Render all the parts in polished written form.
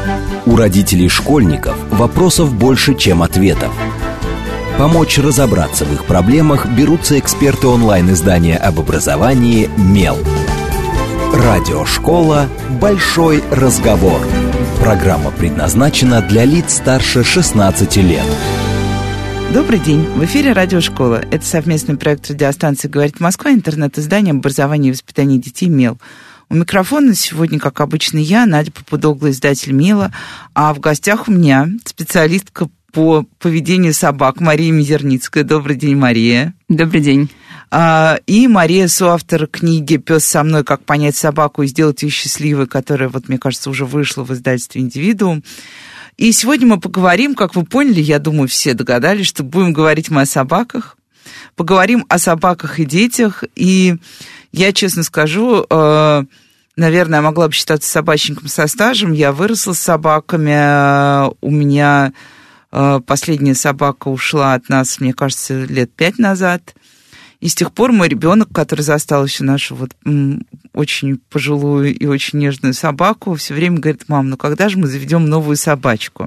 У родителей школьников вопросов больше, чем ответов. Помочь разобраться в их проблемах берутся эксперты онлайн-издания об образовании «Мел». Радиошкола «Большой разговор». Программа предназначена для лиц старше 16 лет. Добрый день. В эфире «Радиошкола». Это совместный проект радиостанции «Говорит Москва», интернет-издание об образовании и воспитании детей «Мел». У микрофона сегодня, как обычно, я, Надя Попудогла, издатель «Мела», а в гостях у меня специалистка по поведению собак Мария Мизерницкая. Добрый день, Мария. Добрый день. И Мария, соавтор книги «Пес со мной. Как понять собаку и сделать ее счастливой», которая, мне кажется, уже вышла в издательстве «Индивидуум». И сегодня мы поговорим, как вы поняли, я думаю, все догадались, что будем говорить мы о собаках. Поговорим о собаках и детях. И я, честно скажу, наверное, могла бы считаться собачником со стажем. Я выросла с собаками. У меня последняя собака ушла от нас, мне кажется, лет 5 назад. И с тех пор мой ребенок, который застал еще нашу очень пожилую и очень нежную собаку, все время говорит: мам, когда же мы заведем новую собачку?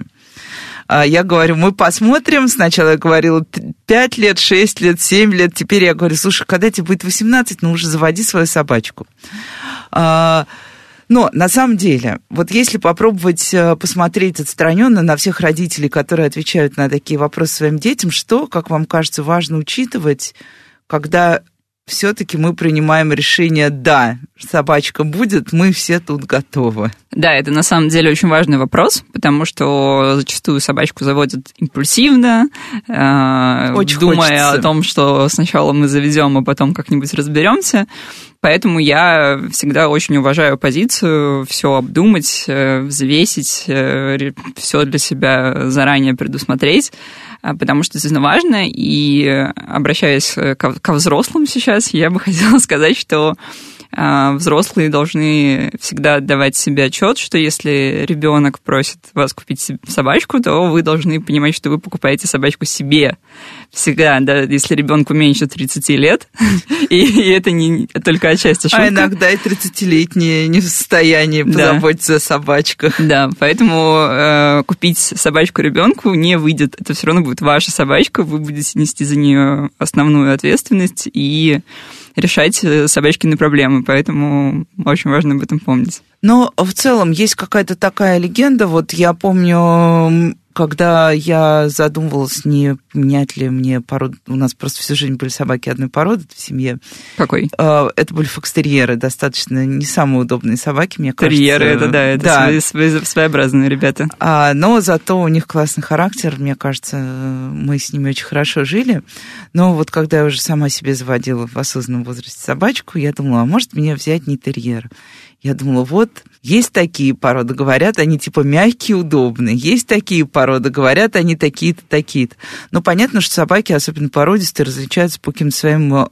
Я говорю: мы посмотрим. Сначала я говорила 5 лет, 6 лет, 7 лет. Теперь я говорю: слушай, когда тебе будет 18, уже заводи свою собачку. Но на самом деле, если попробовать посмотреть отстраненно на всех родителей, которые отвечают на такие вопросы своим детям, что, как вам кажется, важно учитывать, когда все-таки мы принимаем решение: да, собачка будет, мы все тут готовы? Да, это на самом деле очень важный вопрос, потому что зачастую собачку заводят импульсивно, думая хочется о том, что сначала мы заведем, а потом как-нибудь разберемся. Поэтому я всегда очень уважаю позицию все обдумать, взвесить, все для себя заранее предусмотреть, потому что это важно. И обращаясь ко взрослым сейчас, я бы хотела сказать, что взрослые должны всегда отдавать себе отчет, что если ребенок просит вас купить собачку, то вы должны понимать, что вы покупаете собачку себе. Всегда, да, если ребенку меньше 30 лет, и это не только отчасти шутка. А иногда и 30-летние не в состоянии позаботиться о собачках. Да, поэтому купить собачку ребенку не выйдет. Это все равно будет ваша собачка, вы будете нести за нее основную ответственность и решать собачкины проблемы, поэтому очень важно об этом помнить. Но в целом есть какая-то такая легенда, я помню, когда я задумывалась, не менять ли мне породу, у нас просто всю жизнь были собаки одной породы в семье. Какой? Это были фокстерьеры, достаточно не самые удобные собаки, мне кажется. Терьеры, это своеобразные ребята. Но зато у них классный характер, мне кажется, мы с ними очень хорошо жили. Но когда я уже сама себе заводила в осознанном возрасте собачку, я думала, а может мне взять не терьера? Я думала, есть такие породы, говорят, они мягкие, удобные. Есть такие породы, говорят, они такие-то, такие-то. Но понятно, что собаки, особенно породистые, различаются по каким-то своим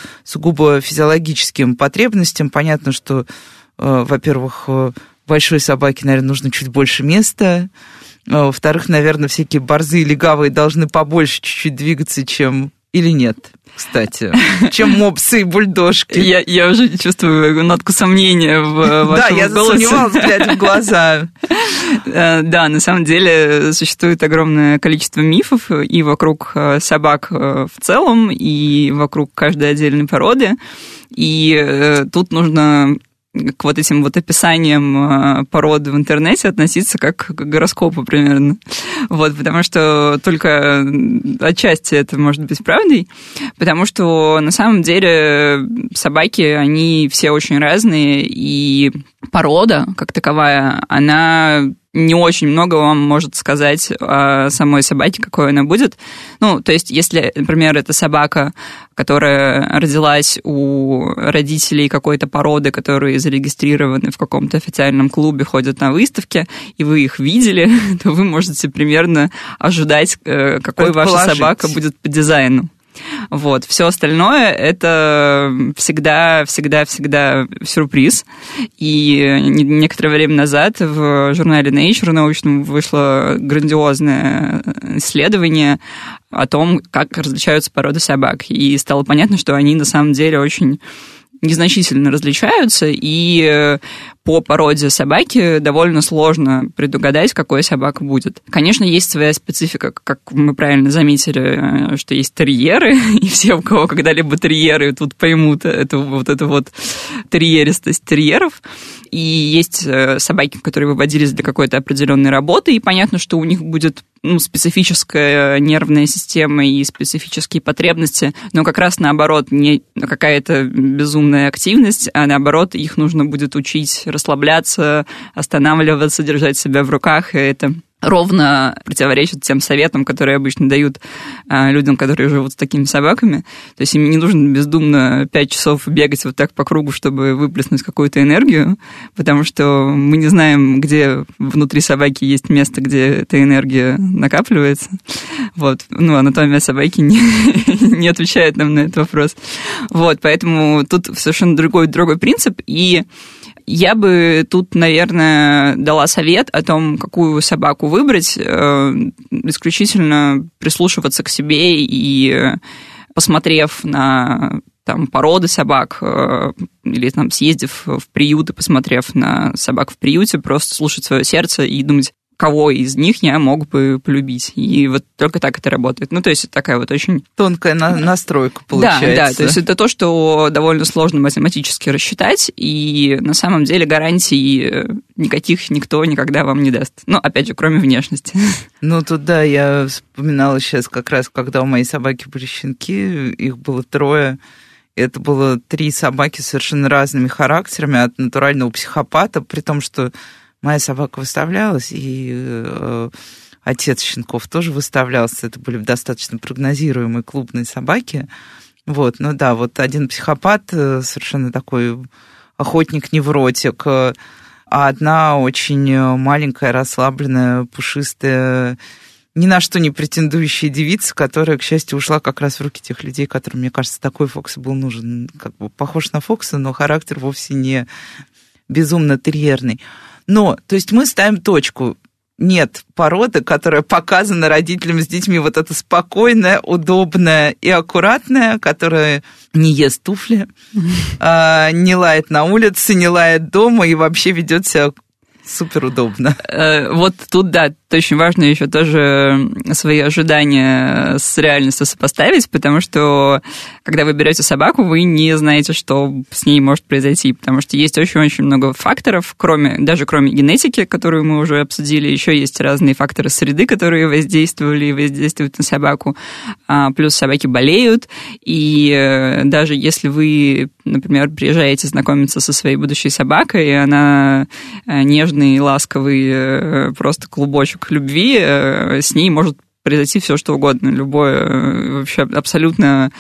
сугубо физиологическим потребностям. Понятно, что, во-первых, большой собаке, наверное, нужно чуть больше места. Во-вторых, наверное, всякие борзые, легавые должны побольше чуть-чуть двигаться, чем... Или нет, кстати, чем мопсы и бульдожки. Я уже чувствую нотку сомнения в вашем голосе. Да, я засомневалась, глядя в глаза. Да, на самом деле существует огромное количество мифов и вокруг собак в целом, и вокруг каждой отдельной породы. И тут нужно к этим описаниям породы в интернете относиться как к гороскопу примерно. Потому что только отчасти это может быть правдой, потому что на самом деле собаки, они все очень разные, и порода как таковая, она не очень много вам может сказать о самой собаке, какой она будет. То есть, если, например, это собака, которая родилась у родителей какой-то породы, которые зарегистрированы в каком-то официальном клубе, ходят на выставке, и вы их видели, то вы можете примерно ожидать, какой ваша собака будет по дизайну. Все остальное – это всегда сюрприз. И некоторое время назад в журнале Nature научном вышло грандиозное исследование о том, как различаются породы собак. И стало понятно, что они на самом деле очень незначительно различаются, и по породе собаки довольно сложно предугадать, какой собака будет. Конечно, есть своя специфика, как мы правильно заметили, что есть терьеры, и все, у кого когда-либо терьеры, тут поймут эту терьеристость терьеров. И есть собаки, которые выводились для какой-то определенной работы, и понятно, что у них будет специфическая нервная система и специфические потребности, но как раз наоборот, не какая-то безумная активность, а наоборот, их нужно будет учить расслабляться, останавливаться, держать себя в руках, и это ровно противоречит тем советам, которые обычно дают людям, которые живут с такими собаками. То есть им не нужно бездумно 5 часов бегать вот так по кругу, чтобы выплеснуть какую-то энергию, потому что мы не знаем, где внутри собаки есть место, где эта энергия накапливается. Вот. Анатомия собаки не отвечает нам на этот вопрос. Вот. Поэтому тут совершенно другой принцип, и я бы тут, наверное, дала совет о том, какую собаку выбрать, исключительно прислушиваться к себе и, посмотрев на породы собак или съездив в приют и посмотрев на собак в приюте, просто слушать свое сердце и думать, кого из них я мог бы полюбить. И вот только так это работает. То есть такая вот очень... Тонкая настройка получается. Да, то есть это то, что довольно сложно математически рассчитать, и на самом деле гарантий никаких никто никогда вам не даст. Опять же, кроме внешности. Тут да, я вспоминала сейчас как раз, когда у моей собаки были щенки, их было 3, это было 3 собаки с совершенно разными характерами, от натурального психопата, при том, что моя собака выставлялась, и отец щенков тоже выставлялся. Это были достаточно прогнозируемые клубные собаки. Один психопат, совершенно такой охотник-невротик, а одна очень маленькая, расслабленная, пушистая, ни на что не претендующая девица, которая, к счастью, ушла как раз в руки тех людей, которым, мне кажется, такой Фокси был нужен. Похож на Фокса, но характер вовсе не безумно терьерный. То есть мы ставим точку. Нет породы, которая показана родителям с детьми. Вот это спокойная, удобная и аккуратная, которая не ест туфли, не лает на улице, не лает дома и вообще ведет себя супер удобно. Вот тут, да, очень важно еще тоже свои ожидания с реальностью сопоставить, потому что, когда вы берете собаку, вы не знаете, что с ней может произойти, потому что есть очень-очень много факторов, кроме генетики, которую мы уже обсудили, еще есть разные факторы среды, которые воздействовали и воздействуют на собаку, плюс собаки болеют, и даже если вы, например, приезжаете знакомиться со своей будущей собакой, и она нежный, ласковый, просто клубочек любви, с ней может произойти все, что угодно. Любое, вообще, абсолютно,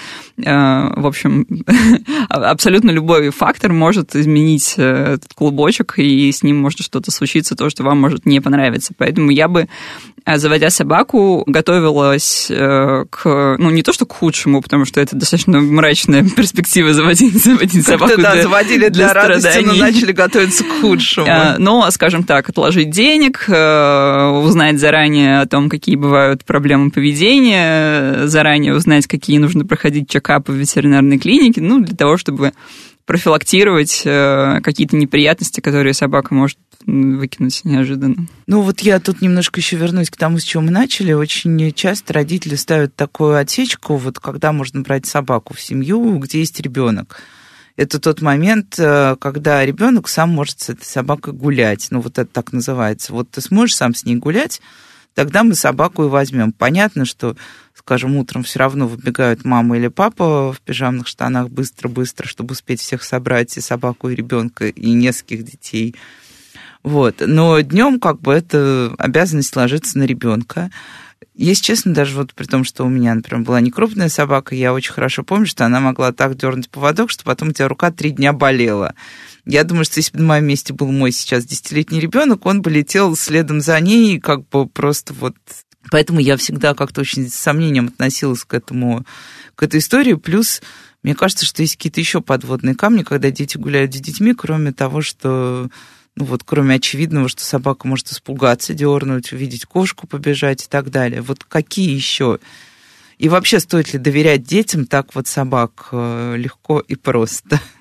абсолютно любой фактор может изменить этот клубочек, и с ним может что-то случиться, то, что вам может не понравиться. Поэтому я бы, заводя собаку, готовилась не то что к худшему, потому что это достаточно мрачная перспектива заводить собаку заводили для радости, но начали готовиться к худшему. Но, скажем так, отложить денег, узнать заранее о том, какие бывают проблемы поведения, заранее узнать, какие нужно проходить чекапы в ветеринарной клинике, для того, чтобы профилактировать какие-то неприятности, которые собака может выкинуть неожиданно. Я тут немножко еще вернусь к тому, с чего мы начали. Очень часто родители ставят такую отсечку, когда можно брать собаку в семью, где есть ребенок. Это тот момент, когда ребенок сам может с этой собакой гулять. Это так называется. Ты сможешь сам с ней гулять, тогда мы собаку и возьмем. Понятно, что, скажем, утром все равно выбегают мама или папа в пижамных штанах быстро-быстро, чтобы успеть всех собрать, и собаку, и ребенка, и нескольких детей. Но днем эта обязанность ложится на ребенка. Если честно, даже при том, что у меня, например, была не крупная собака, я очень хорошо помню, что она могла так дернуть поводок, что потом у тебя рука 3 дня болела. Я думаю, что если бы на моем месте был мой сейчас 10-летний ребенок, он бы летел следом за ней, и просто Поэтому я всегда как-то очень с сомнением относилась к этой истории. Плюс, мне кажется, что есть какие-то еще подводные камни, когда дети гуляют с детьми, кроме того, что... кроме очевидного, что собака может испугаться, дернуть, увидеть кошку, побежать и так далее. Какие еще? И вообще, стоит ли доверять детям так собак легко и просто?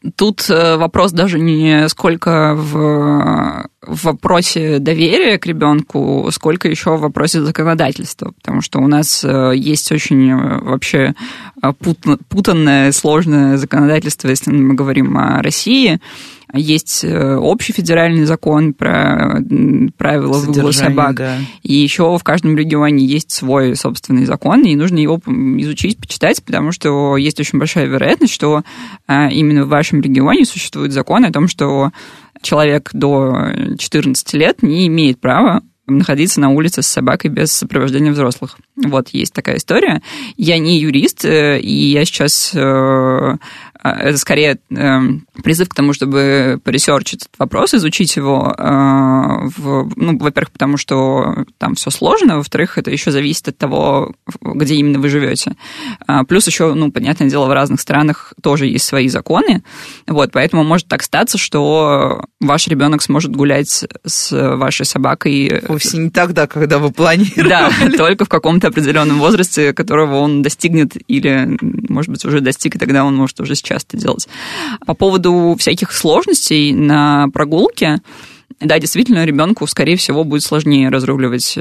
Тут вопрос даже не сколько в вопросе доверия к ребенку, сколько еще в вопросе законодательства, потому что у нас есть очень вообще путанное, сложное законодательство, если мы говорим о России. Есть общий федеральный закон про правила выгула собак, да. И еще в каждом регионе есть свой собственный закон, и нужно его изучить, почитать, потому что есть очень большая вероятность, что именно в вашем регионе существует закон о том, что человек до 14 лет не имеет права находиться на улице с собакой без сопровождения взрослых. Вот, есть такая история. Я не юрист, и я сейчас... Это скорее призыв к тому, чтобы поресерчить этот вопрос, изучить его, во-первых, потому что там все сложно, во-вторых, это еще зависит от того, где именно вы живете. Плюс еще, понятное дело, в разных странах тоже есть свои законы, вот, поэтому может так статься, что ваш ребенок сможет гулять с вашей собакой... Вовсе не тогда, когда вы планировали. Да, только в каком-то определенном возрасте, которого он достигнет или, может быть, уже достиг, и тогда он может уже сейчас это делать. По поводу всяких сложностей на прогулке, да, действительно, ребенку, скорее всего, будет сложнее разруливать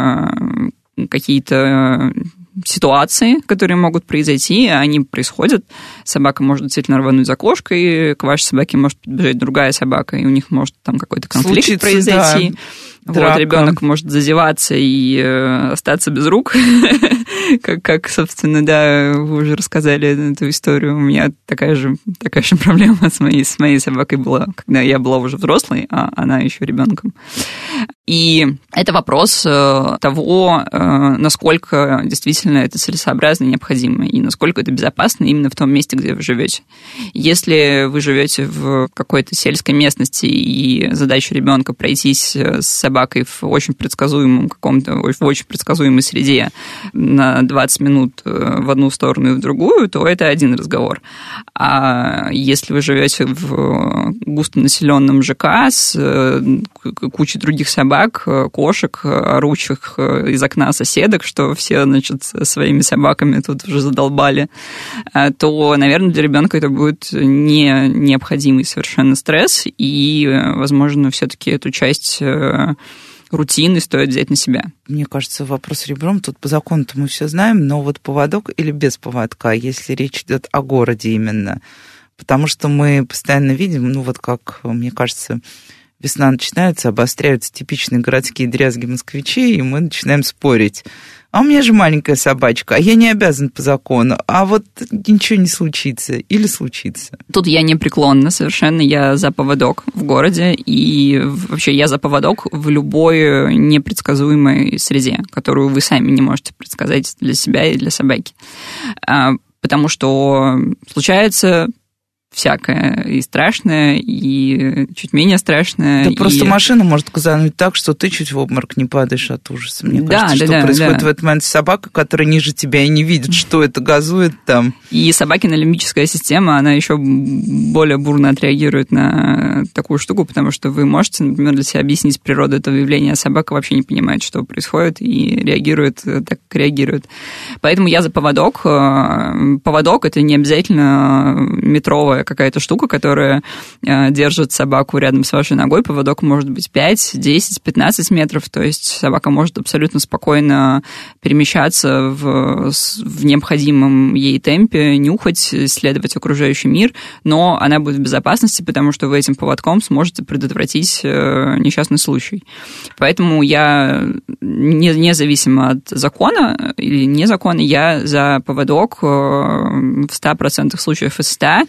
какие-то ситуации, которые могут произойти, они происходят. Собака может действительно рвануть за кошкой, к вашей собаке может подбежать другая собака, и у них может там какой-то конфликт произойти. Да. Вот, ребенок может зазеваться и остаться без рук, как, собственно, да, вы уже рассказали эту историю. У меня такая же проблема с моей собакой была, когда я была уже взрослой, а она еще ребенком. И это вопрос того, насколько действительно это целесообразно и необходимо, и насколько это безопасно именно в том месте, где вы живете. Если вы живете в какой-то сельской местности, и задача ребенка пройтись с собакой в очень предсказуемой среде на 20 минут в одну сторону и в другую, то это один разговор. А если вы живете в густонаселенном ЖК с кучей других собак, кошек, орущих из окна соседок, что все, значит, своими собаками тут уже задолбали, то, наверное, для ребенка это будет не необходимый совершенно стресс, и, возможно, все-таки эту часть рутины стоит взять на себя. Мне кажется, вопрос с ребром, тут по закону-то мы все знаем, но вот поводок или без поводка, если речь идет о городе именно. Потому что мы постоянно видим, как, мне кажется, весна начинается, обостряются типичные городские дрязги москвичей, и мы начинаем спорить. А у меня же маленькая собачка, а я не обязан по закону, а вот ничего не случится или случится. Тут я непреклонна совершенно, я за поводок в городе, и вообще я за поводок в любой непредсказуемой среде, которую вы сами не можете предсказать для себя и для собаки. Потому что случается всякое, и страшное, и чуть менее страшное. Да просто машина может казануть так, что ты чуть в обморок не падаешь от ужаса. Мне кажется, что происходит в этот момент с собакой, которая ниже тебя и не видит, что это газует там. И собакина лимбическая система, она еще более бурно отреагирует на такую штуку, потому что вы можете, например, для себя объяснить природу этого явления, а собака вообще не понимает, что происходит, и реагирует так, как реагирует. Поэтому я за поводок. Поводок – это не обязательно метровая какая-то штука, которая держит собаку рядом с вашей ногой. Поводок может быть 5, 10, 15 метров, то есть собака может абсолютно спокойно перемещаться в необходимом ей темпе, нюхать, исследовать окружающий мир, но она будет в безопасности, потому что вы этим поводком сможете предотвратить несчастный случай. Поэтому я, независимо от закона или не закона, я за поводок в 100% случаев из 100,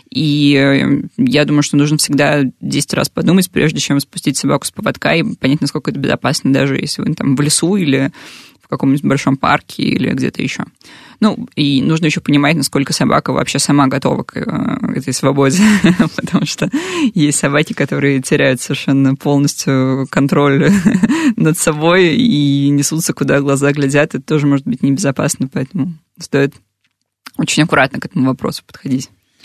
и я думаю, что нужно всегда 10 раз подумать, прежде чем спустить собаку с поводка и понять, насколько это безопасно, даже если вы там в лесу или в каком-нибудь большом парке или где-то еще. И нужно еще понимать, насколько собака вообще сама готова к этой свободе, потому что есть собаки, которые теряют совершенно полностью контроль над собой и несутся, куда глаза глядят. Это тоже может быть небезопасно, поэтому стоит очень аккуратно к этому вопросу подходить.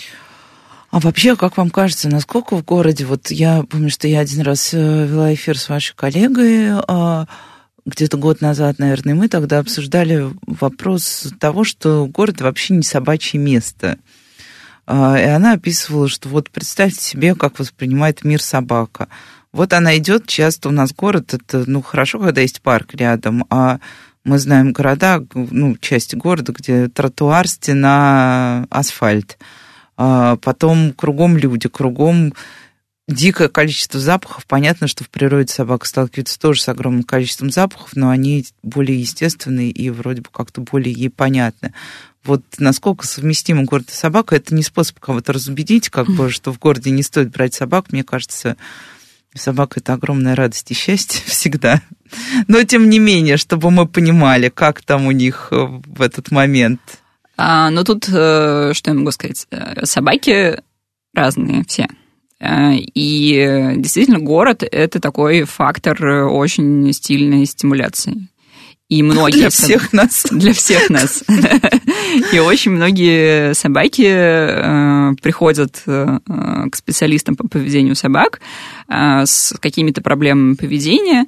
А вообще, как вам кажется, насколько в городе... Вот я помню, что я один раз вела эфир с вашей коллегой где-то год назад, наверное, и мы тогда обсуждали вопрос того, что город вообще не собачье место. И она описывала, что вот представьте себе, как воспринимает мир собака. Вот она идет, часто у нас город, это, хорошо, когда есть парк рядом, а мы знаем города, части города, где тротуар, стена, асфальт. Потом кругом люди, кругом дикое количество запахов. Понятно, что в природе собака сталкивается тоже с огромным количеством запахов, но они более естественные и вроде бы как-то более ей понятны. Вот насколько совместимы город и собака, это не способ кого-то разубедить, что в городе не стоит брать собак. Мне кажется, собака — это огромная радость и счастье всегда. Но тем не менее, чтобы мы понимали, как там у них в этот момент. Но тут, что я могу сказать, собаки разные все. И действительно, город — это такой фактор очень стильной стимуляции. И многие... Для всех нас. Для всех нас. И очень многие собаки приходят к специалистам по поведению собак с какими-то проблемами поведения.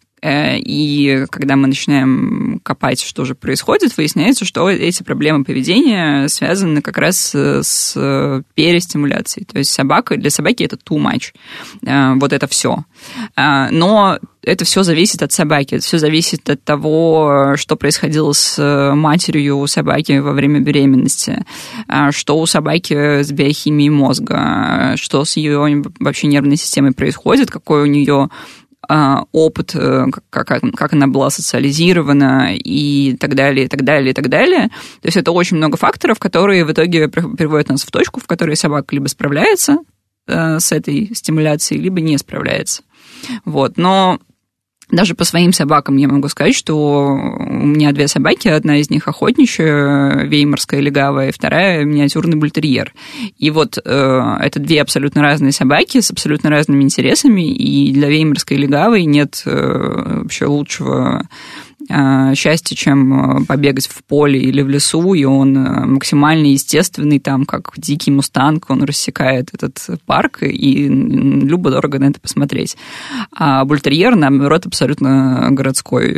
И когда мы начинаем копать, что же происходит, выясняется, что эти проблемы поведения связаны как раз с перестимуляцией. То есть для собаки это too much. Вот это все. Но это все зависит от собаки, это все зависит от того, что происходило с матерью у собаки во время беременности, что у собаки с биохимией мозга, что с ее вообще нервной системой происходит, какой у нее опыт, как она была социализирована и так далее, и так далее, и так далее. То есть это очень много факторов, которые в итоге приводят нас в точку, в которой собака либо справляется с этой стимуляцией, либо не справляется. Вот. Но даже по своим собакам я могу сказать, что у меня 2 собаки, одна из них охотничья, веймарская легавая, и вторая миниатюрный бультерьер. И вот это 2 абсолютно разные собаки с абсолютно разными интересами, и для веймарской легавой нет вообще лучшего счастье, чем побегать в поле или в лесу, и он максимально естественный, там, как дикий мустанг, он рассекает этот парк, и любо-дорого на это посмотреть. А бультерьер, наоборот, абсолютно городской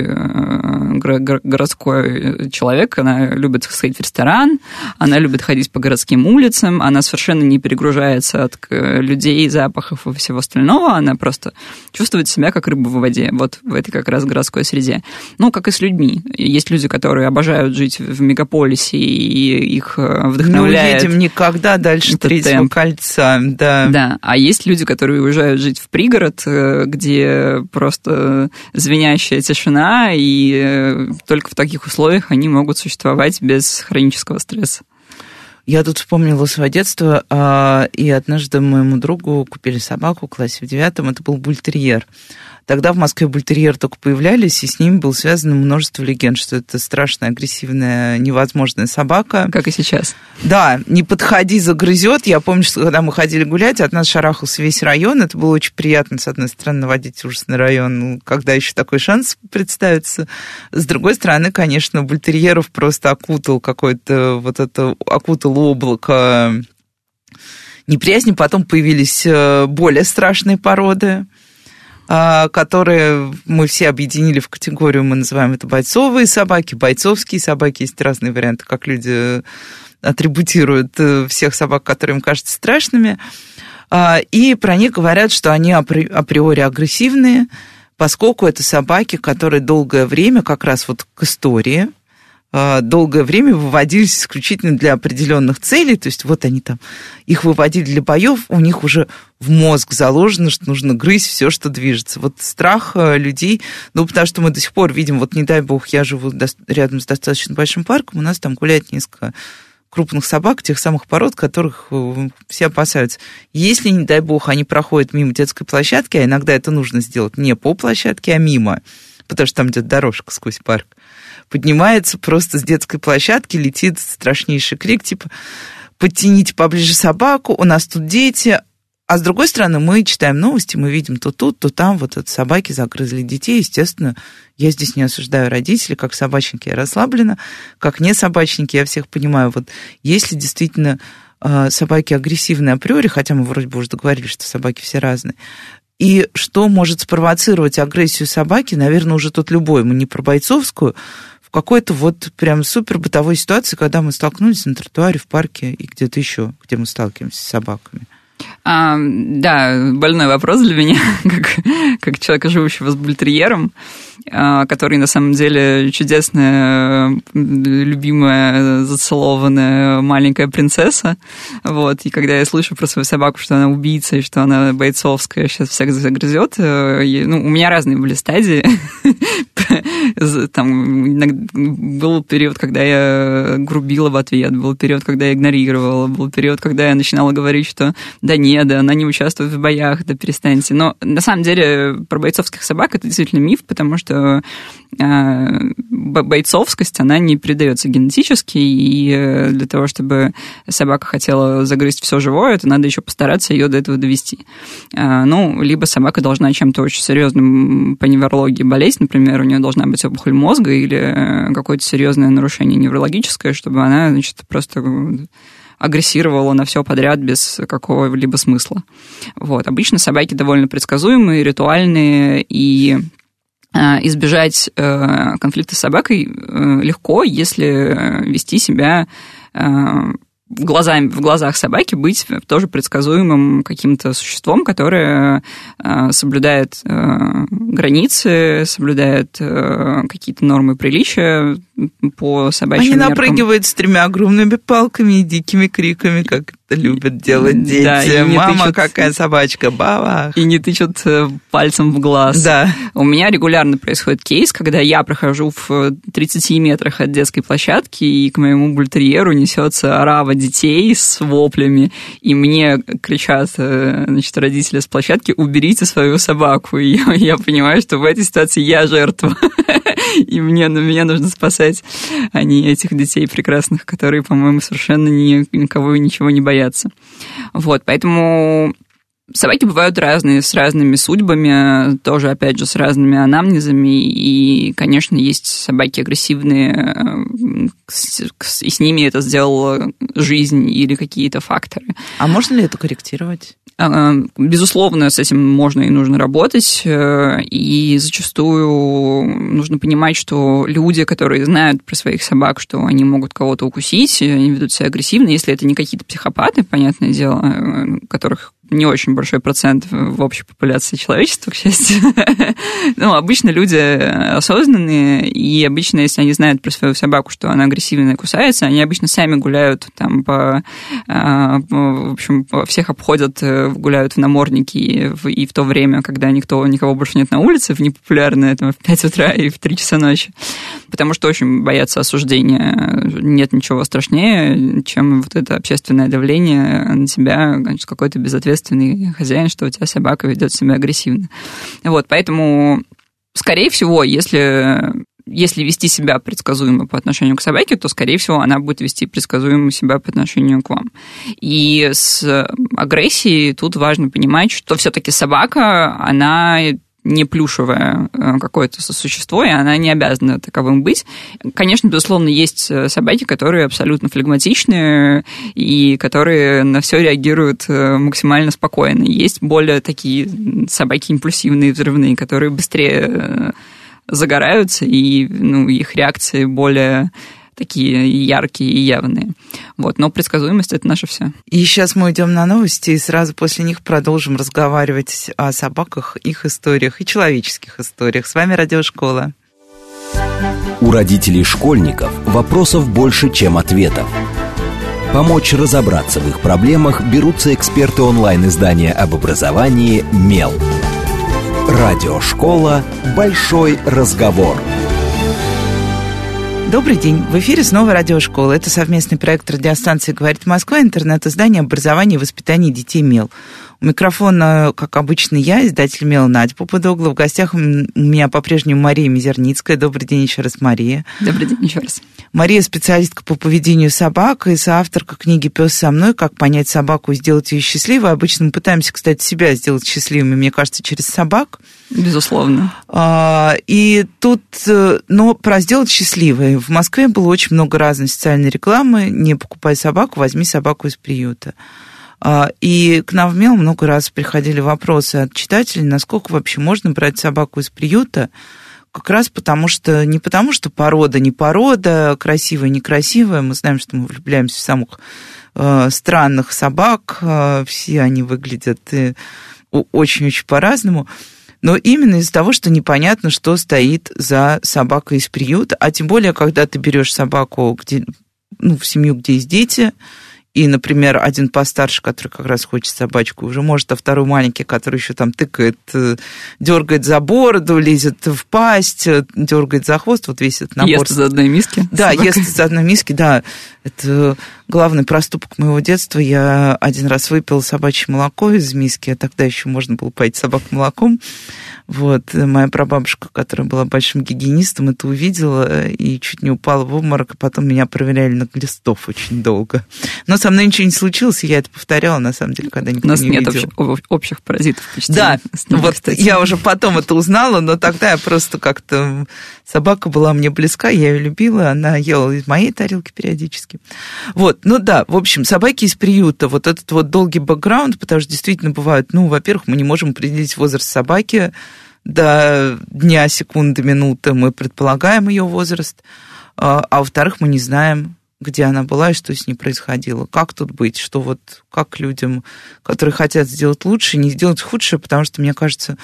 человек, она любит сходить в ресторан, она любит ходить по городским улицам, она совершенно не перегружается от людей, запахов и всего остального, она просто чувствует себя как рыба в воде, вот в этой как раз городской среде. Как и с людьми. Есть люди, которые обожают жить в мегаполисе, и их вдохновляет... Не уедем никогда дальше 3-го кольца, да. Да, а есть люди, которые уезжают жить в пригород, где просто звенящая тишина, и только в таких условиях они могут существовать без хронического стресса. Я тут вспомнила свое детство, и однажды моему другу купили собаку в классе в 9-м, это был бультерьер. Тогда в Москве бультерьеры только появлялись, и с ними было связано множество легенд, что это страшная, агрессивная, невозможная собака. Как и сейчас. Да, не подходи, загрызет. Я помню, что когда мы ходили гулять, от нас шарахался весь район. Это было очень приятно, с одной стороны, наводить ужас на район, когда еще такой шанс представится. С другой стороны, конечно, бультерьеров просто окутал окутало облако неприязни. Потом появились более страшные породы, которые мы все объединили в категорию, мы называем это бойцовые собаки, бойцовские собаки. Есть разные варианты, как люди атрибутируют всех собак, которые им кажутся страшными. И про них говорят, что они априори агрессивные, поскольку это собаки, которые долгое время, как раз вот к истории, долгое время выводились исключительно для определенных целей, то есть вот они там, их выводили для боев, у них уже в мозг заложено, что нужно грызть все, что движется. Вот страх людей, потому что мы до сих пор видим, вот не дай бог, я живу рядом с достаточно большим парком, у нас там гуляет несколько крупных собак, тех самых пород, которых все опасаются. Если, не дай бог, они проходят мимо детской площадки, а иногда это нужно сделать не по площадке, а мимо, потому что там идет дорожка сквозь парк, поднимается просто с детской площадки, летит страшнейший крик, типа «подтяните поближе собаку, у нас тут дети». А с другой стороны, мы читаем новости, мы видим то тут, то там, вот это собаки загрызли детей. Естественно, я здесь не осуждаю родителей, как собачники я расслаблена, как не собачники, я всех понимаю. Вот если действительно собаки агрессивные априори, хотя мы вроде бы уже договорились, что собаки все разные, и что может спровоцировать агрессию собаки, наверное, уже тут любой, мы не про бойцовскую, в какой-то вот прям супер бытовой ситуации, когда мы столкнулись на тротуаре, в парке и где-то еще, где мы сталкиваемся с собаками? Да, больной вопрос для меня, как человека, живущего с бультерьером, который на самом деле чудесная, любимая, зацелованная маленькая принцесса. Вот. И когда я слышу про свою собаку, что она убийца и что она бойцовская, сейчас всех загрызет, у меня разные были стадии. Там был период, когда я грубила в ответ, был период, когда я игнорировала, был период, когда я начинала говорить, что да нет, да, она не участвует в боях, да перестаньте. Но на самом деле про бойцовских собак это действительно миф, потому что бойцовскость, она не передается генетически, и для того, чтобы собака хотела загрызть все живое, это надо еще постараться ее до этого довести. Либо собака должна чем-то очень серьезным по неврологии болеть, например, у нее должна быть опухоль мозга или какое-то серьезное нарушение неврологическое, чтобы она, значит, просто агрессировала на все подряд без какого-либо смысла. Вот. Обычно собаки довольно предсказуемые, ритуальные, и избежать конфликта с собакой легко, если вести себя в глазах собаки, быть тоже предсказуемым каким-то существом, которое соблюдает границы, соблюдает какие-то нормы приличия по собачьим меркам. Они напрыгивают с 3 огромными палками и дикими криками, как это любят делать дети. Да, мама, какая собачка, бабах. И не тычут пальцем в глаз. Да. У меня регулярно происходит кейс, когда я прохожу в 30 метрах от детской площадки, и к моему бультерьеру несется орава детей с воплями, и мне кричат, значит, родители с площадки: уберите свою собаку. И я понимаю, что в этой ситуации я жертва. И меня нужно спасать, а не этих детей прекрасных, которые, по-моему, совершенно никого и ничего не боятся. Вот, поэтому собаки бывают разные, с разными судьбами, тоже, опять же, с разными анамнезами, и, конечно, есть собаки агрессивные, и с ними это сделала жизнь или какие-то факторы. А можно ли это корректировать? Безусловно, с этим можно и нужно работать, и зачастую нужно понимать, что люди, которые знают про своих собак, что они могут кого-то укусить, они ведут себя агрессивно, если это не какие-то психопаты, понятное дело, которых не очень большой процент в общей популяции человечества, к счастью. Обычно люди осознанные, и обычно, если они знают про свою собаку, что она агрессивная, кусается, они обычно сами гуляют там в общем, всех обходят, гуляют в наморднике и в то время, когда никого больше нет на улице, в непопулярное в 5 утра и в 3 часа ночи, потому что очень боятся осуждения. Нет ничего страшнее, чем вот это общественное давление на тебя, значит, какой-то безответственный хозяин, что у тебя собака ведет себя агрессивно. Вот, поэтому, скорее всего, если вести себя предсказуемо по отношению к собаке, то, скорее всего, она будет вести предсказуемо себя по отношению к вам. И с агрессией тут важно понимать, что все-таки собака, она не плюшевое какое-то существо, и она не обязана таковым быть. Конечно, безусловно, есть собаки, которые абсолютно флегматичные и которые на все реагируют максимально спокойно. Есть более такие собаки импульсивные, взрывные, которые быстрее загораются, и их реакции более такие яркие и явные. Вот. Но предсказуемость – это наше все. И сейчас мы идем на новости, и сразу после них продолжим разговаривать о собаках, их историях и человеческих историях. С вами Радиошкола. У родителей школьников вопросов больше, чем ответов. Помочь разобраться в их проблемах берутся эксперты онлайн-издания об образовании «Мел». Радиошкола «Большой разговор». Добрый день. В эфире снова Радиошкола. Это совместный проект радиостанции «Говорит Москва», интернет-издание образования и воспитания детей «Мел». У микрофона, как обычно, я, издатель «Мел» Надя Попудогла. В гостях у меня по-прежнему Мария Мизерницкая. Добрый день еще раз, Мария. Добрый день еще раз. Мария – специалистка по поведению собак и соавторка книги «Пес со мной. Как понять собаку и сделать ее счастливой». Обычно мы пытаемся, кстати, себя сделать счастливыми, мне кажется, через собак. Безусловно. И тут, но про сделать счастливой. В Москве было очень много разной социальной рекламы. Не покупай собаку, возьми собаку из приюта. И к нам в «Мел» много раз приходили вопросы от читателей, насколько вообще можно брать собаку из приюта, как раз не потому, что порода не порода, красивая, некрасивая. Мы знаем, что мы влюбляемся в самых странных собак, все они выглядят очень-очень по-разному. Но именно из-за того, что непонятно, что стоит за собакой из приюта, а тем более, когда ты берешь собаку в семью, где есть дети, и, например, один постарше, который как раз хочет собачку, уже может, а второй маленький, который еще там тыкает, дергает за бороду, лезет в пасть, дергает за хвост, вот весь этот набор. Ест из одной миски. Да, ест из одной миски, да. Это главный проступок моего детства. Я один раз выпила собачье молоко из миски, а тогда еще можно было поить собаку молоком. Вот, моя прабабушка, которая была большим гигиенистом, это увидела и чуть не упала в обморок, а потом меня проверяли на глистов очень долго. Но со мной ничего не случилось, и я это повторяла, на самом деле, когда никто не видел. У нас нет общих паразитов почти. Да, вот кстати. Я уже потом это узнала, но тогда я просто как-то... Собака была мне близка, я ее любила, она ела из моей тарелки периодически. Вот, ну да, в общем, собаки из приюта, вот этот вот долгий бэкграунд, потому что действительно бывают, во-первых, мы не можем определить возраст собаки, до дня, секунды, минуты мы предполагаем ее возраст, а во-вторых, мы не знаем, где она была и что с ней происходило. Как тут быть, что вот как людям, которые хотят сделать лучше, не сделать худшее, потому что, мне кажется,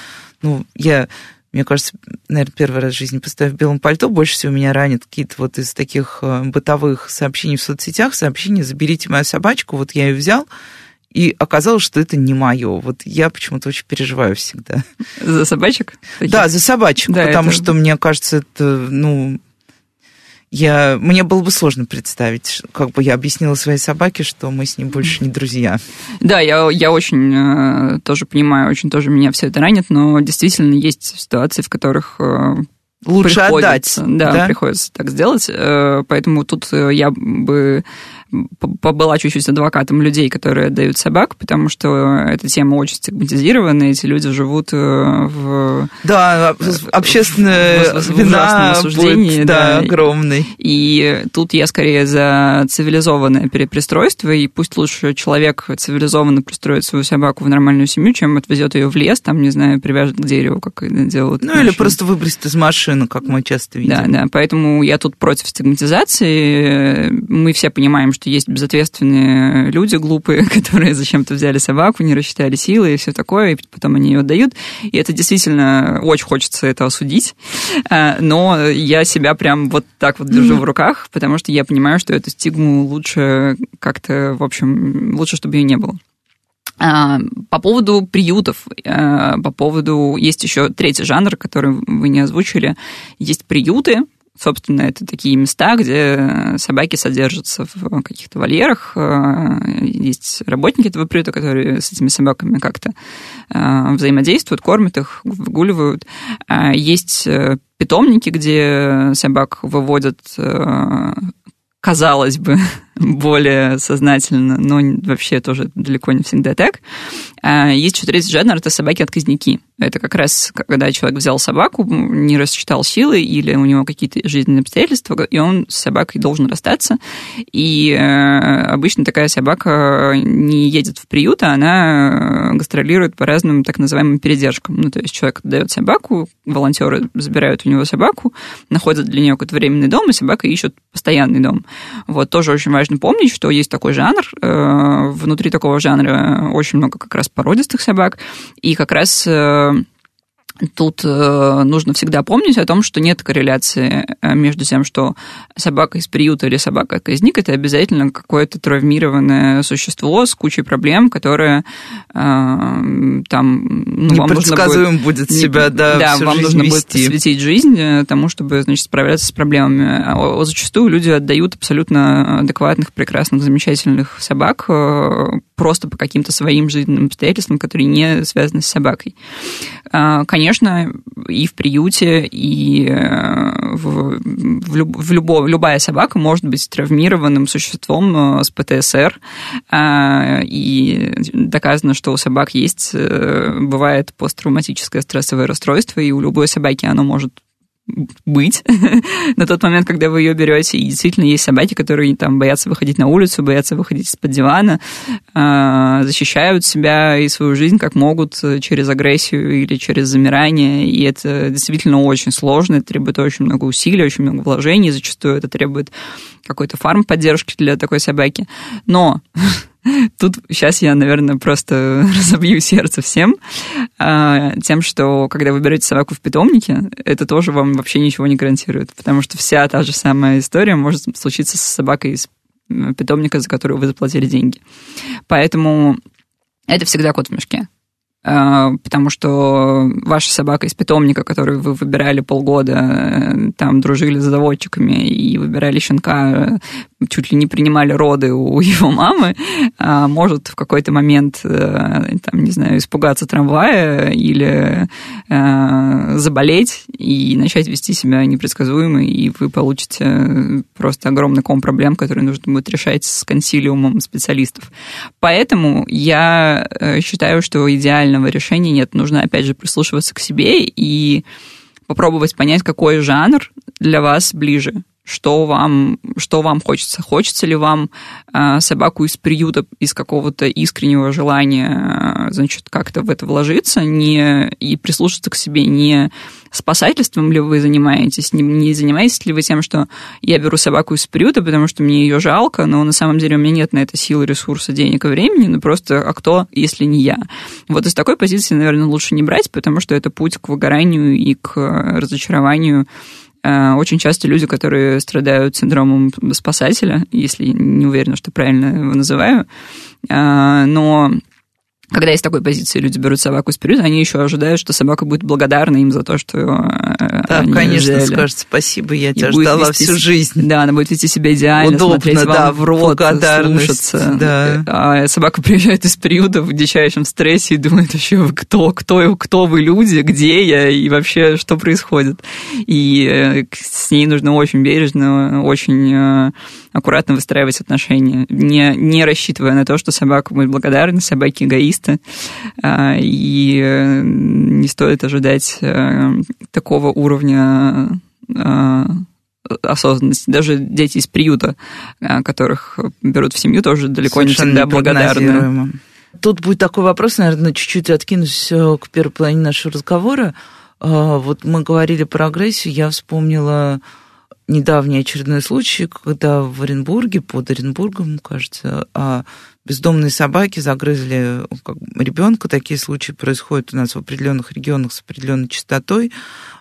наверное, первый раз в жизни поставив в белом пальто, больше всего меня ранят какие-то вот из таких бытовых сообщений в соцсетях, сообщения «заберите мою собачку», вот я ее взял, и оказалось, что это не мое. Вот я почему-то очень переживаю всегда. За собачек? Да, за собачек, да, потому что, мне кажется, это, мне было бы сложно представить, как бы я объяснила своей собаке, что мы с ней больше не друзья. Да, я очень тоже понимаю, очень тоже меня все это ранит, но действительно есть ситуации, в которых... Лучше отдать. Да, приходится так сделать. Поэтому тут я бы побыла чуть-чуть адвокатом людей, которые отдают собак, потому что эта тема очень стигматизирована, эти люди живут в... Да, общественная вина будет, огромной. И тут я скорее за цивилизованное перепристройство, и пусть лучше человек цивилизованно пристроит свою собаку в нормальную семью, чем отвезет ее в лес, там, не знаю, привяжет к дереву, как это делают. Или просто выбросит из машины, как мы часто видим. Да, поэтому я тут против стигматизации. Мы все понимаем, что есть безответственные люди глупые, которые зачем-то взяли собаку, не рассчитали силы и все такое, и потом они ее отдают. И это действительно очень хочется это осудить. Но я себя прям вот так вот держу в руках, потому что я понимаю, что эту стигму лучше как-то, в общем, лучше, чтобы ее не было. По поводу приютов, есть еще третий жанр, который вы не озвучили. Есть приюты. Собственно, это такие места, где собаки содержатся в каких-то вольерах. Есть работники этого приюта, которые с этими собаками как-то взаимодействуют, кормят их, выгуливают. Есть питомники, где собак выводят, казалось бы, более сознательно, но вообще тоже далеко не всегда так. Есть еще третий жанр – это собаки-отказники. Это как раз, когда человек взял собаку, не рассчитал силы или у него какие-то жизненные обстоятельства, и он с собакой должен расстаться. И обычно такая собака не едет в приют, а она гастролирует по разным так называемым передержкам. То есть человек дает собаку, волонтеры забирают у него собаку, находят для нее какой-то временный дом, и собака ищет постоянный дом. Вот тоже очень важно помнить, что есть такой жанр. Внутри такого жанра очень много как раз породистых собак, и как раз тут нужно всегда помнить о том, что нет корреляции между тем, что собака из приюта или собака-отказник – это обязательно какое-то травмированное существо с кучей проблем, которое там... непредсказуем будет себя, всю вам жизнь нужно будет вести. посвятить жизнь тому, чтобы, справляться с проблемами. Зачастую люди отдают абсолютно адекватных, прекрасных, замечательных собак просто по каким-то своим жизненным обстоятельствам, которые не связаны с собакой. Конечно, и в приюте, и любая собака может быть травмированным существом с ПТСР, и доказано, что у собак бывает посттравматическое стрессовое расстройство, и у любой собаки оно может быть на тот момент, когда вы ее берете. И действительно есть собаки, которые там боятся выходить на улицу, боятся выходить из-под дивана, защищают себя и свою жизнь как могут через агрессию или через замирание. И это действительно очень сложно, это требует очень много усилий, очень много вложений, зачастую это требует какой-то фармподдержки для такой собаки. Но тут сейчас я, наверное, просто разобью сердце всем тем, что когда вы берете собаку в питомнике, это тоже вам вообще ничего не гарантирует, потому что вся та же самая история может случиться с собакой из питомника, за которую вы заплатили деньги. Поэтому это всегда кот в мешке. Потому что ваша собака из питомника, которую вы выбирали полгода, там дружили с заводчиками и выбирали щенка, чуть ли не принимали роды у его мамы, может в какой-то момент, там, не знаю, испугаться трамвая или заболеть и начать вести себя непредсказуемо, и вы получите просто огромный ком проблем, которые нужно будет решать с консилиумом специалистов. Поэтому я считаю, что идеального решения нет. Нужно, опять же, прислушиваться к себе и попробовать понять, какой жанр для вас ближе. Что вам хочется? Хочется ли вам собаку из приюта, из какого-то искреннего желания, значит, как-то в это вложиться и прислушаться к себе? Не спасательством ли вы занимаетесь? Не занимаетесь ли вы тем, что я беру собаку из приюта, потому что мне ее жалко, но на самом деле у меня нет на это силы, ресурса, денег и времени, ну просто а кто, если не я? Вот из такой позиции, наверное, лучше не брать, потому что это путь к выгоранию и к разочарованию. Очень часто люди, которые страдают синдромом спасателя, если не уверена, что правильно его называю, но когда из такой позиции люди берут собаку из приюта, они еще ожидают, что собака будет благодарна им за то, что они конечно, взяли. Скажет спасибо, я тебя ждала всю жизнь. Да, она будет вести себя идеально, удобно, смотреть вам в рот, слушаться. Да. А собака приезжает из приюта в дичайшем стрессе и думает вообще, кто вы люди, где я и вообще что происходит. И с ней нужно очень бережно, очень аккуратно выстраивать отношения, не рассчитывая на то, что собака будет благодарна, собаки эгоисты, и не стоит ожидать такого уровня осознанности. Даже дети из приюта, которых берут в семью, тоже далеко не всегда благодарны. Тут будет такой вопрос, наверное, чуть-чуть откинусь к первой половине нашего разговора. Вот мы говорили про агрессию, я вспомнила недавний очередной случай, когда в Оренбурге, под Оренбургом, кажется, бездомные собаки загрызли ребенка. Такие случаи происходят у нас в определенных регионах с определенной частотой.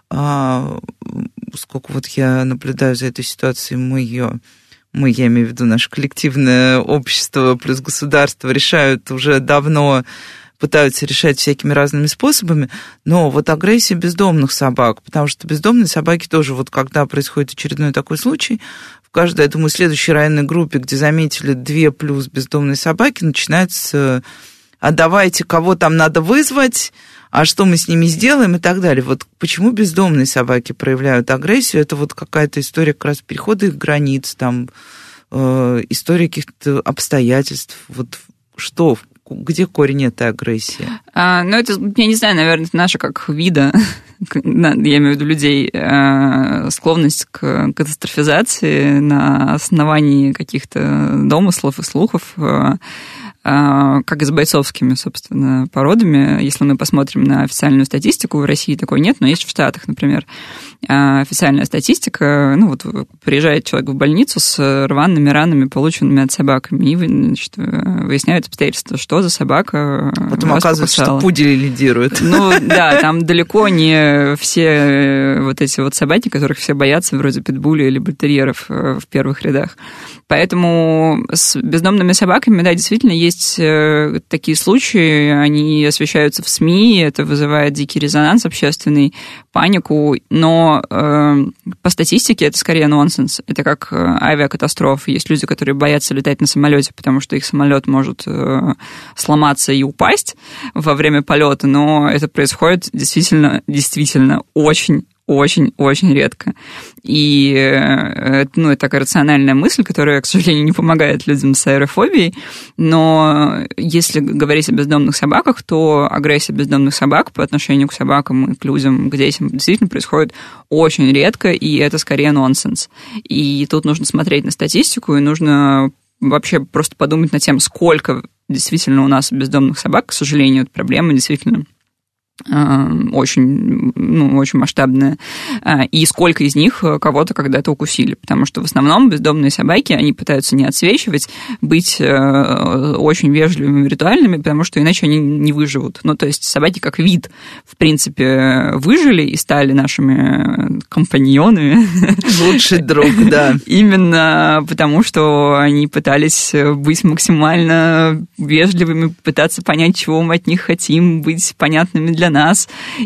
Сколько вот я наблюдаю за этой ситуацией, я имею в виду наше коллективное общество плюс государство, решают уже давно, пытаются решать всякими разными способами, но вот агрессия бездомных собак, потому что бездомные собаки тоже, вот когда происходит очередной такой случай, в каждой, я думаю, следующей районной группе, где заметили 2 плюс бездомные собаки, начинается «а давайте, кого там надо вызвать», «а что мы с ними сделаем» и так далее. Вот почему бездомные собаки проявляют агрессию, это вот какая-то история как раз перехода их границ, там, история каких-то обстоятельств, вот что, где корень этой агрессии? Ну, это, я не знаю, наверное, это наша как вида, я имею в виду людей, склонность к катастрофизации на основании каких-то домыслов и слухов, как и с бойцовскими, собственно, породами. Если мы посмотрим на официальную статистику, в России такой нет, но есть в Штатах, например. Официальная статистика, ну вот приезжает человек в больницу с рваными ранами, полученными от собаками, и, значит, выясняют обстоятельства, что за собака потом оказывается, покусала. Что пудели лидируют. Ну да, там далеко не все вот эти вот собаки, которых все боятся, вроде питбулей или бультерьеров в первых рядах. Поэтому с бездомными собаками, да, действительно есть такие случаи, они освещаются в СМИ, это вызывает дикий резонанс общественный, панику, но по статистике это скорее нонсенс. Это как авиакатастрофы. Есть люди, которые боятся летать на самолете, потому что их самолет может сломаться и упасть во время полета, но это происходит действительно очень очень-очень редко. И это такая рациональная мысль, которая, к сожалению, не помогает людям с аэрофобией, но если говорить о бездомных собаках, то агрессия бездомных собак по отношению к собакам и к людям, к детям действительно происходит очень редко, и это скорее нонсенс. И тут нужно смотреть на статистику, и нужно вообще просто подумать над тем, сколько действительно у нас бездомных собак. К сожалению, эта проблема действительно очень масштабная, и сколько из них кого-то когда-то укусили, потому что в основном бездомные собаки, они пытаются не отсвечивать, быть очень вежливыми, ритуальными, потому что иначе они не выживут. То есть собаки как вид, в принципе, выжили и стали нашими компаньонами. Лучший друг, да. Именно потому, что они пытались быть максимально вежливыми, пытаться понять, чего мы от них хотим, быть понятными для нас.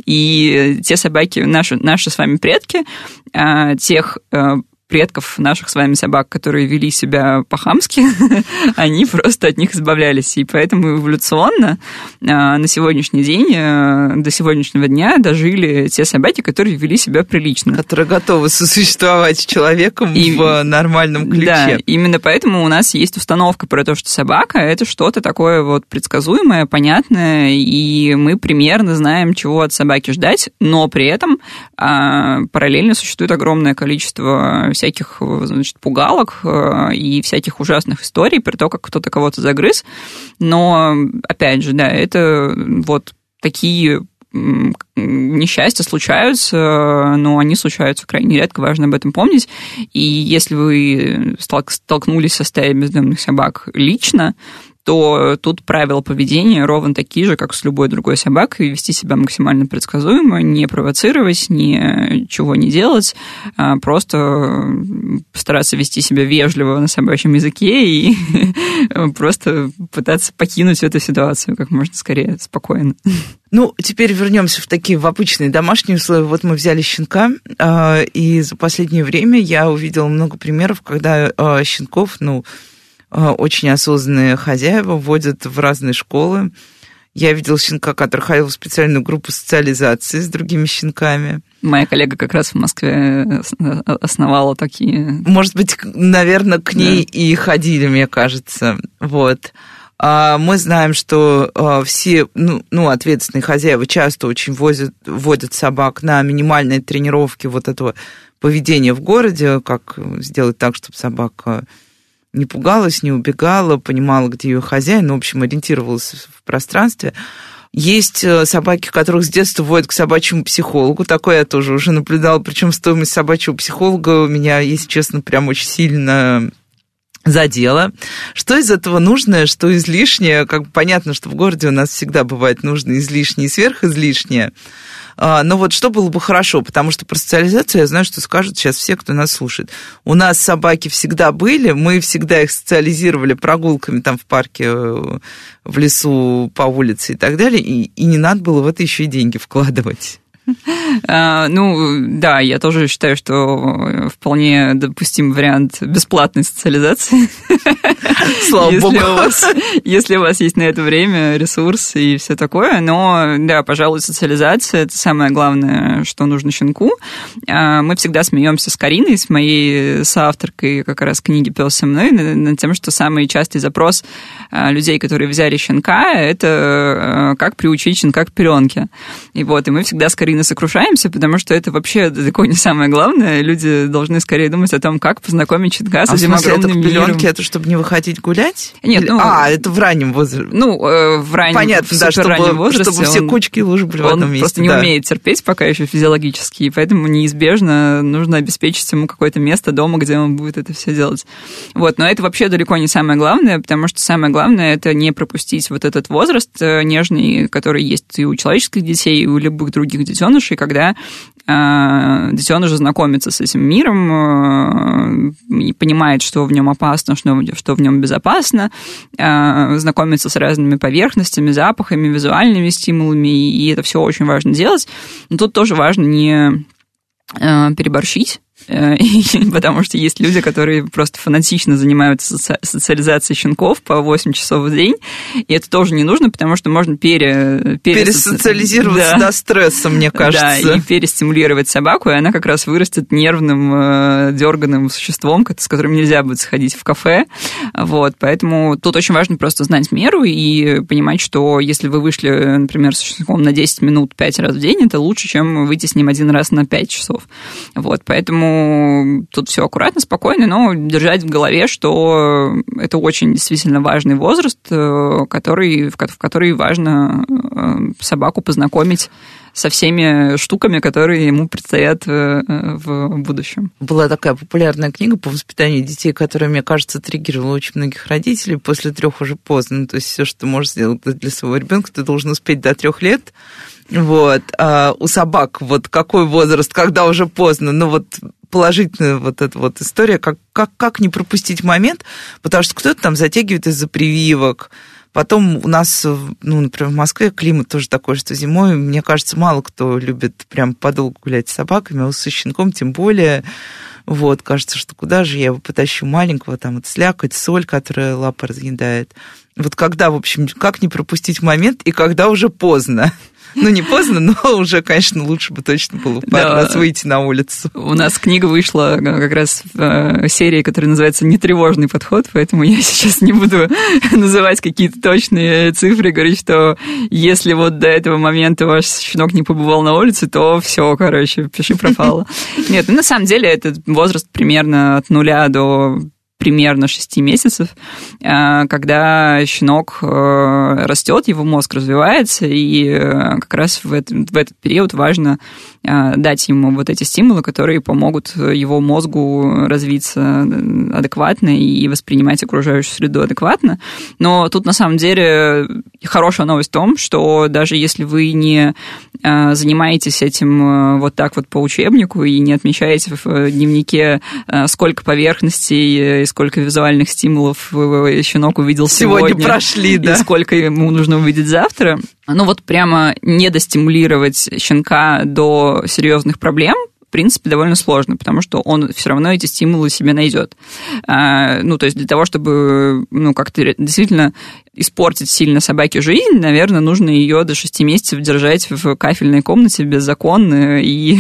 И те собаки, наши с вами предки, тех предков наших с вами собак, которые вели себя по-хамски, они просто от них избавлялись. И поэтому эволюционно на сегодняшний день, до сегодняшнего дня дожили те собаки, которые вели себя прилично. Которые готовы сосуществовать с человеком в нормальном ключе. Да, именно поэтому у нас есть установка про то, что собака – это что-то такое вот предсказуемое, понятное, и мы примерно знаем, чего от собаки ждать, но при этом параллельно существует огромное количество всяких, значит, пугалок и всяких ужасных историй про то, как кто-то кого-то загрыз. Но, опять же, да, это вот такие несчастья случаются, но они случаются крайне редко, важно об этом помнить. И если вы столкнулись со стаей бездомных собак лично, то тут правила поведения ровно такие же, как с любой другой собакой. Вести себя максимально предсказуемо, не провоцировать, ничего не делать, просто постараться вести себя вежливо на собачьем языке и просто пытаться покинуть эту ситуацию как можно скорее, спокойно. Теперь вернемся в обычные домашние условия. Вот мы взяли щенка, и за последнее время я увидела много примеров, когда щенков, очень осознанные хозяева водят в разные школы. Я видела щенка, который ходил в специальную группу социализации с другими щенками. Моя коллега как раз в Москве основала такие... Может быть, наверное, к ней и ходили, мне кажется. Вот. Мы знаем, что все ответственные хозяева часто очень водят собак на минимальные тренировки вот этого поведения в городе, как сделать так, чтобы собака не пугалась, не убегала, понимала, где ее хозяин, в общем, ориентировалась в пространстве. Есть собаки, которых с детства водят к собачьему психологу. Такое я тоже уже наблюдала. Причем стоимость собачьего психолога меня, если честно, прям очень сильно задела. Что из этого нужное, что излишнее? Понятно, что в городе у нас всегда бывает нужно излишнее и сверхизлишнее. Но вот что было бы хорошо, потому что про социализацию я знаю, что скажут сейчас все, кто нас слушает. У нас собаки всегда были, мы всегда их социализировали прогулками там в парке, в лесу, по улице и так далее, и не надо было в это еще и деньги вкладывать. Да, я тоже считаю, что вполне допустим вариант бесплатной социализации. Слава богу. Если у вас есть на это время, ресурс и все такое. Но, да, пожалуй, социализация – это самое главное, что нужно щенку. Мы всегда смеемся с Кариной, с моей соавторкой как раз книги «Пес со мной», над тем, что самый частый запрос людей, которые взяли щенка, это как приучить щенка к пеленке. И мы всегда с Кариной сокрушаемся, потому что это вообще далеко не самое главное. Люди должны скорее думать о том, как познакомить щенка с этим огромным миром. Пеленки это чтобы не выходить гулять? Нет, это в раннем возрасте. В раннем, понятно, да, раннем возрасте. Чтобы все кучки и лужи были в одном месте. Он просто не умеет терпеть пока еще физиологически, и поэтому неизбежно нужно обеспечить ему какое-то место дома, где он будет это все делать. Но это вообще далеко не самое главное, потому что самое главное это не пропустить вот этот возраст нежный, который есть и у человеческих детей, и у любых других детенышей, когда детеныш знакомится с этим миром и понимает, что в нем опасно, что в нем безопасно, знакомится с разными поверхностями, запахами, визуальными стимулами, и это все очень важно делать. Но тут тоже важно не переборщить, Потому что есть люди, которые просто фанатично занимаются социализацией щенков по 8 часов в день, и это тоже не нужно, потому что можно пересоциализироваться до стресса, мне кажется. Да, и перестимулировать собаку, и она как раз вырастет нервным, дерганым существом, с которым нельзя будет сходить в кафе. Вот, поэтому тут очень важно просто знать меру и понимать, что если вы вышли, например, с щенком на 10 минут 5 раз в день, это лучше, чем выйти с ним один раз на 5 часов. Вот, поэтому тут все аккуратно, спокойно, но держать в голове, что это очень действительно важный возраст, в который важно собаку познакомить со всеми штуками, которые ему предстоят в будущем. Была такая популярная книга по воспитанию детей, которая, мне кажется, триггерила очень многих родителей. После 3 уже поздно. То есть все, что ты можешь сделать для своего ребенка, ты должен успеть до 3 лет. Вот. А у собак вот какой возраст, когда уже поздно? Ну вот положительная вот эта вот история, как не пропустить момент, потому что кто-то там затягивает из-за прививок. Потом у нас, например, в Москве климат тоже такой, что зимой, мне кажется, мало кто любит прям подолгу гулять с собаками, а со щенком тем более. Вот, кажется, что куда же я его потащу маленького, там вот слякоть, соль, которая лапа разъедает. Вот когда, в общем, как не пропустить момент и когда уже поздно? Ну, не поздно, но уже, конечно, лучше бы точно было пару раз выйти на улицу. У нас книга вышла как раз в серии, которая называется «Нетревожный подход», поэтому я сейчас не буду называть какие-то точные цифры, говорить, что если вот до этого момента ваш щенок не побывал на улице, то все, короче, пиши пропало. Нет, на самом деле этот возраст примерно от 0 до примерно 6 месяцев, когда щенок растет, его мозг развивается, и как раз в этот период важно дать ему вот эти стимулы, которые помогут его мозгу развиться адекватно и воспринимать окружающую среду адекватно. Но тут на самом деле хорошая новость в том, что даже если вы не занимаетесь этим вот так вот по учебнику и не отмечаете в дневнике, сколько поверхностей и сколько визуальных стимулов щенок увидел сегодня прошли, да. И сколько ему нужно увидеть завтра, ну вот прямо не достимулировать щенка до серьезных проблем, в принципе, довольно сложно, потому что он все равно эти стимулы себе найдет. Ну, то есть для того, чтобы, как-то действительно испортить сильно собаке жизнь, наверное, нужно ее до 6 месяцев держать в кафельной комнате без окон и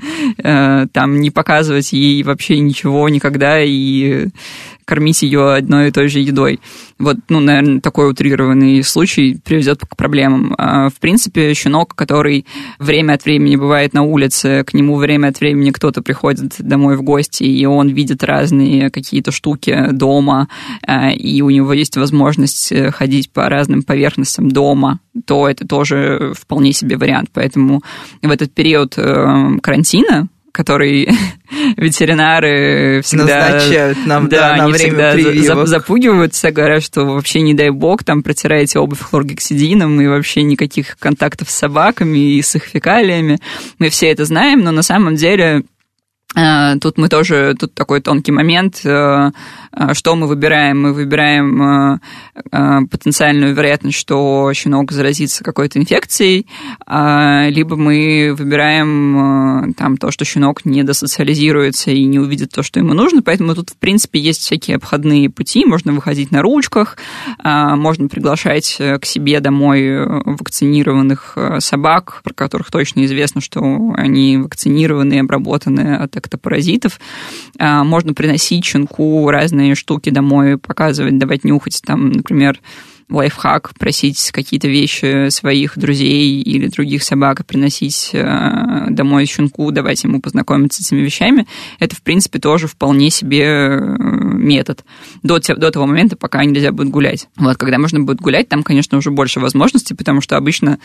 там не показывать ей вообще ничего никогда и кормить ее одной и той же едой. Вот, наверное, такой утрированный случай приведет к проблемам. В принципе, щенок, который время от времени бывает на улице, к нему время от времени кто-то приходит домой в гости, и он видит разные какие-то штуки дома, и у него есть возможность ходить по разным поверхностям дома, то это тоже вполне себе вариант. Поэтому в этот период карантина, который ветеринары всегда назначают нам на время прививок, запугиваются, говорят, что вообще, не дай бог, там протираете обувь хлоргексидином и вообще никаких контактов с собаками и с их фекалиями. Мы все это знаем, но на самом деле тут такой тонкий момент, что мы выбираем. Мы выбираем потенциальную вероятность, что щенок заразится какой-то инфекцией, либо мы выбираем то, что щенок не досоциализируется и не увидит то, что ему нужно. Поэтому тут, в принципе, есть всякие обходные пути. Можно выходить на ручках, можно приглашать к себе домой вакцинированных собак, про которых точно известно, что они вакцинированы и обработаны от эктопаразитов. Можно приносить щенку разные штуки домой, показывать, давать нюхать, например, лайфхак, просить какие-то вещи своих друзей или других собак, приносить домой щенку, давать ему познакомиться с этими вещами. Это, в принципе, тоже вполне себе метод. До того момента, пока нельзя будет гулять. Вот, когда можно будет гулять, там, конечно, уже больше возможностей, потому что обычно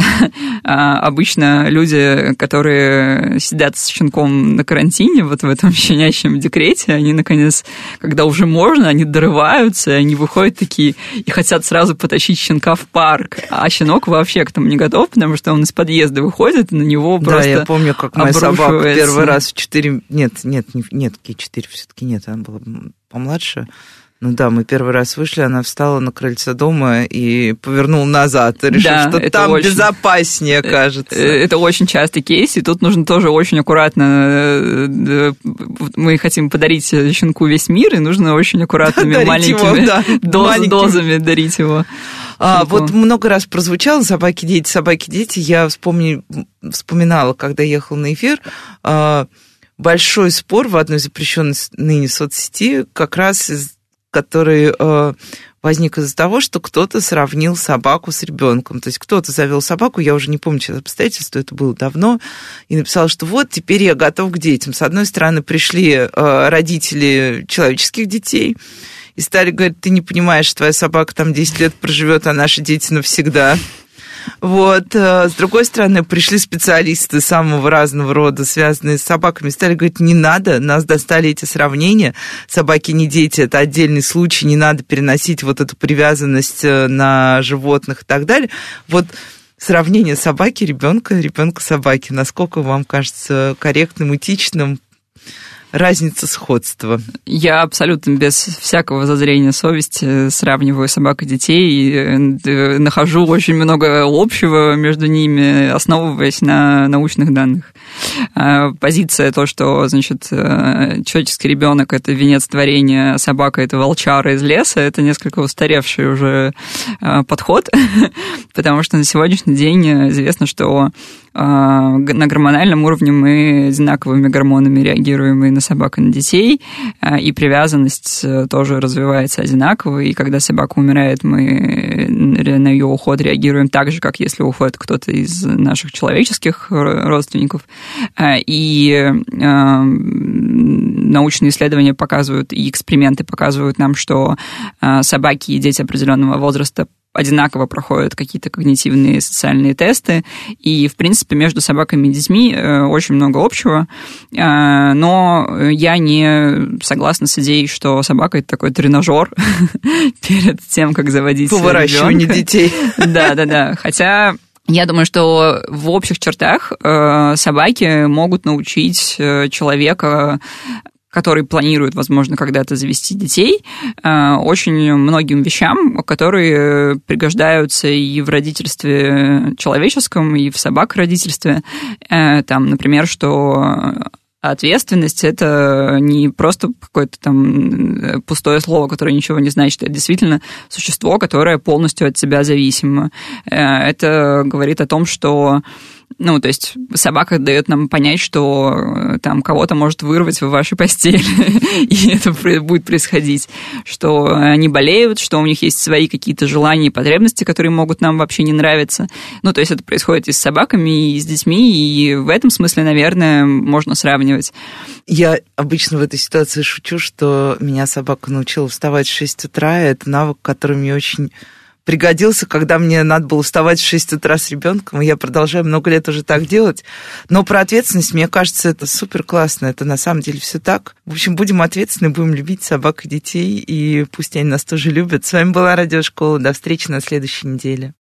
люди, которые сидят с щенком на карантине, вот в этом щенячьем декрете, они, наконец, когда уже можно, они дорываются, они выходят такие и хотят сразу потащить щенка в парк. А щенок вообще к этому не готов, потому что он из подъезда выходит, и на него просто Да, я помню, как моя собака первый раз в 4... Нет, какие 4 все-таки нет, она была помладше. Мы первый раз вышли, она встала на крыльцо дома и повернула назад, решив, что там безопаснее, кажется. Это очень частый кейс, и тут нужно тоже очень аккуратно мы хотим подарить щенку весь мир, и нужно очень аккуратными маленькими дозами дарить его. Вот много раз прозвучало собаки-дети. Я вспоминала, когда ехала на эфир, большой спор в одной запрещенной ныне соцсети, как раз который возник из-за того, что кто-то сравнил собаку с ребенком. То есть кто-то завел собаку, я уже не помню сейчас обстоятельства, это было давно, и написал, что вот теперь я готов к детям. С одной стороны, пришли родители человеческих детей и стали говорить: ты не понимаешь, что твоя собака там 10 лет проживет, а наши дети навсегда. Вот. С другой стороны, пришли специалисты самого разного рода, связанные с собаками, стали говорить: не надо, нас достали эти сравнения, собаки не дети, это отдельный случай, не надо переносить вот эту привязанность на животных и так далее. Вот сравнение собаки, ребенка собаки, насколько вам кажется корректным, этичным? Разница сходства. Я абсолютно без всякого зазрения совести сравниваю собак и детей и нахожу очень много общего между ними, основываясь на научных данных. Позиция то, что, значит, человеческий ребенок — это венец творения, собака — это волчара из леса, это несколько устаревший уже подход, потому что на сегодняшний день известно, что на гормональном уровне мы одинаковыми гормонами реагируем и на собак, и на детей, и привязанность тоже развивается одинаково, и когда собака умирает, мы на ее уход реагируем так же, как если уходит кто-то из наших человеческих родственников. И научные исследования показывают, и эксперименты показывают нам, что собаки и дети определенного возраста одинаково проходят какие-то когнитивные социальные тесты, и, в принципе, между собаками и детьми очень много общего, но я не согласна с идеей, что собака — это такой тренажер перед тем, как заводить ребенка. По выращиванию детей. Да, хотя... Я думаю, что в общих чертах собаки могут научить человека, который планирует, возможно, когда-то завести детей, очень многим вещам, которые пригождаются и в родительстве человеческом, и в собакородительстве. Там, например, что ответственность — это не просто какое-то там пустое слово, которое ничего не значит, это действительно существо, которое полностью от тебя зависимо. Это говорит о том, что то есть собака дает нам понять, что там кого-то может вырвать в вашей постели, и это будет происходить, что они болеют, что у них есть свои какие-то желания и потребности, которые могут нам вообще не нравиться. То есть это происходит и с собаками, и с детьми, и в этом смысле, наверное, можно сравнивать. Я обычно в этой ситуации шучу, что меня собака научила вставать в 6 утра, и это навык, который мне очень пригодился, когда мне надо было вставать в 6 утра с ребенком, и я продолжаю много лет уже так делать. Но про ответственность, мне кажется, это супер классно. Это на самом деле все так. В общем, будем ответственны, будем любить собак и детей, и пусть они нас тоже любят. С вами была Радиошкола. До встречи на следующей неделе.